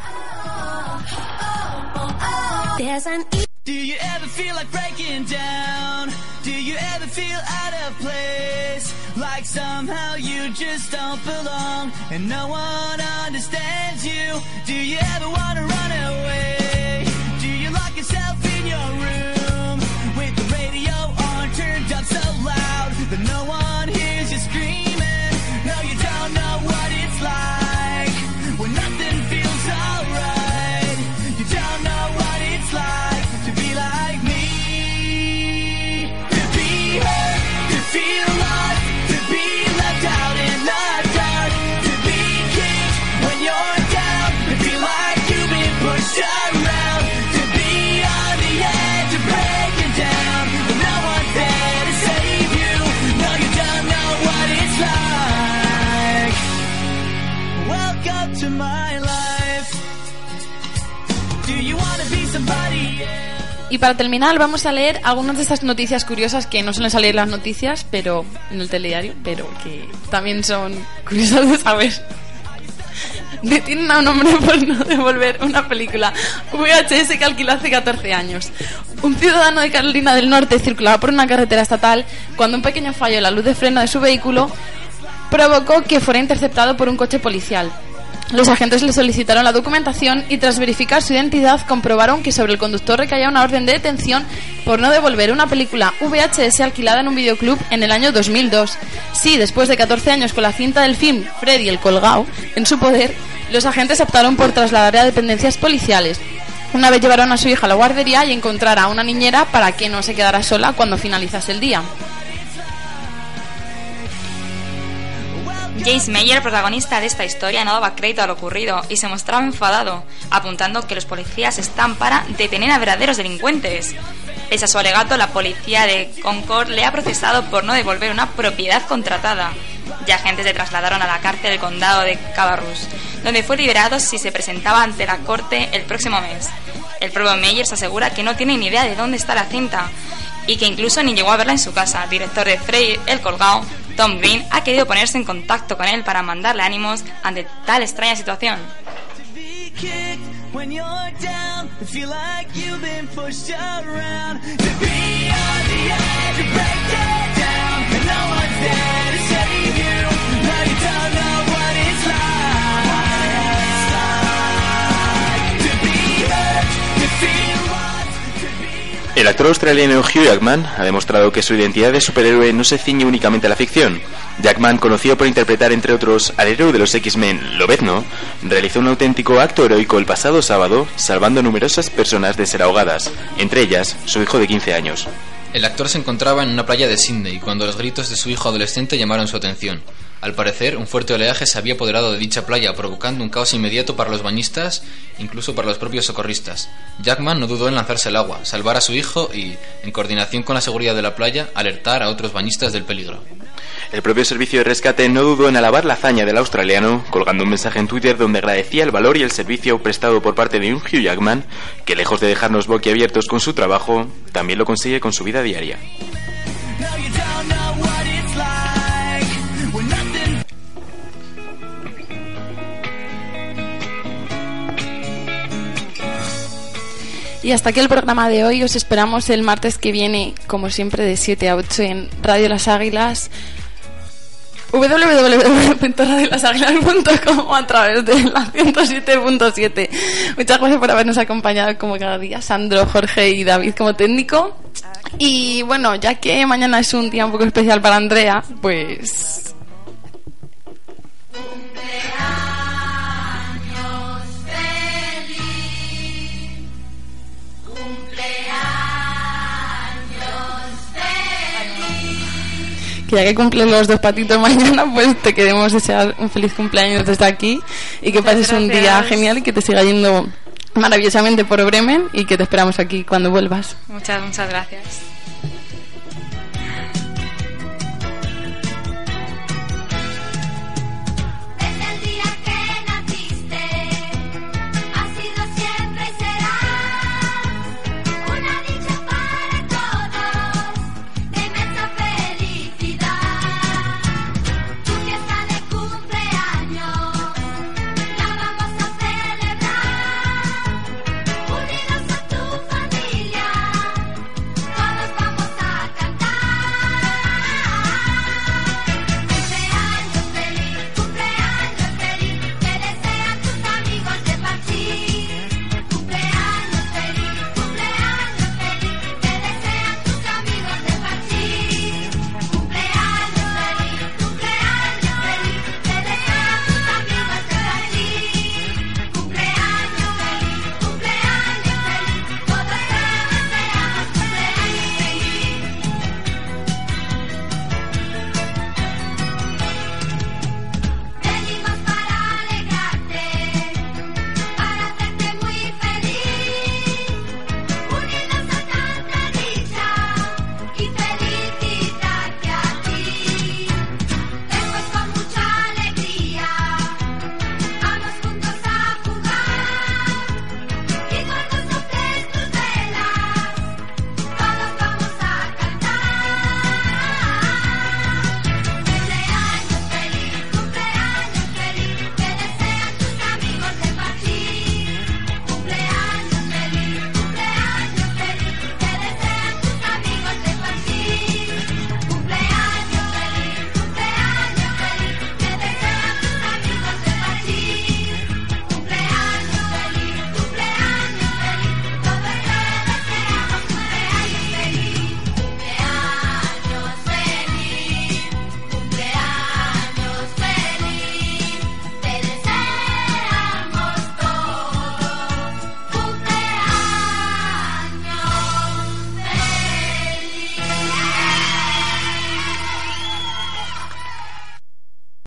Do you ever feel like breaking down? Do you ever feel out of place? Like somehow you just don't belong and no one understands you? Do you ever want to run away? Do you lock yourself in your room with the radio on turned up so loud that no one hears you screaming? No, you don't know what it's like when nothing feels alright. You don't know what it's like to be like me, to be hurt, to feel lost, to be left out in the dark, to be kicked when you're down, to feel like you've been pushed around, to be on the edge of breaking down, but no one's there to save you. No, you don't know what it's like. Welcome to my life. Do you want to be somebody else? Y para terminar vamos a leer algunas de estas noticias curiosas que no suelen salir en las noticias, pero en el telediario, pero que también son curiosas de saber. Detienen a un hombre por no devolver una película VHS que alquiló hace 14 años. Un ciudadano de Carolina del Norte circulaba por una carretera estatal cuando un pequeño fallo en la luz de freno de su vehículo provocó que fuera interceptado por un coche policial. Los agentes le solicitaron la documentación y tras verificar su identidad comprobaron que sobre el conductor recaía una orden de detención por no devolver una película VHS alquilada en un videoclub en el año 2002. Sí, después de 14 años con la cinta del film Freddy el Colgao en su poder, los agentes optaron por trasladarle a dependencias policiales. Una vez llevaron a su hija a la guardería y encontrar a una niñera para que no se quedara sola cuando finalizase el día. Jace Meyer, protagonista de esta historia, no daba crédito a lo ocurrido y se mostraba enfadado, apuntando que los policías están para detener a verdaderos delincuentes. Pese a su alegato, la policía de Concord le ha procesado por no devolver una propiedad contratada. Ya agentes le trasladaron a la cárcel del condado de Cabarrus, donde fue liberado si se presentaba ante la corte el próximo mes. El propio Meyers asegura que no tiene ni idea de dónde está la cinta y que incluso ni llegó a verla en su casa. El director de Freddy el Colgado, Tom Green, ha querido ponerse en contacto con él para mandarle ánimos ante tal extraña situación. El actor australiano Hugh Jackman ha demostrado que su identidad de superhéroe no se ciñe únicamente a la ficción. Jackman, conocido por interpretar entre otros al héroe de los X-Men, Lobezno, realizó un auténtico acto heroico el pasado sábado, salvando a numerosas personas de ser ahogadas, entre ellas su hijo de 15 años. El actor se encontraba en una playa de Sydney cuando los gritos de su hijo adolescente llamaron su atención. Al parecer, un fuerte oleaje se había apoderado de dicha playa, provocando un caos inmediato para los bañistas, incluso para los propios socorristas. Jackman no dudó en lanzarse al agua, salvar a su hijo y, en coordinación con la seguridad de la playa, alertar a otros bañistas del peligro. El propio servicio de rescate no dudó en alabar la hazaña del australiano, colgando un mensaje en Twitter donde agradecía el valor y el servicio prestado por parte de un Hugh Jackman, que lejos de dejarnos boquiabiertos con su trabajo, también lo consigue con su vida diaria. Y hasta aquí el programa de hoy. Os esperamos el martes que viene, como siempre, de 7 a 8 en Radio Las Águilas, www.radiolaságuilas.com o a través de la 107.7. Muchas gracias por habernos acompañado como cada día, Sandro, Jorge y David como técnico. Y bueno, ya que mañana es un día un poco especial para Andrea, pues... que ya que cumplen los dos patitos mañana, pues te queremos desear un feliz cumpleaños desde aquí y que pases un día genial y que te siga yendo maravillosamente por Bremen y que te esperamos aquí cuando vuelvas. Muchas gracias.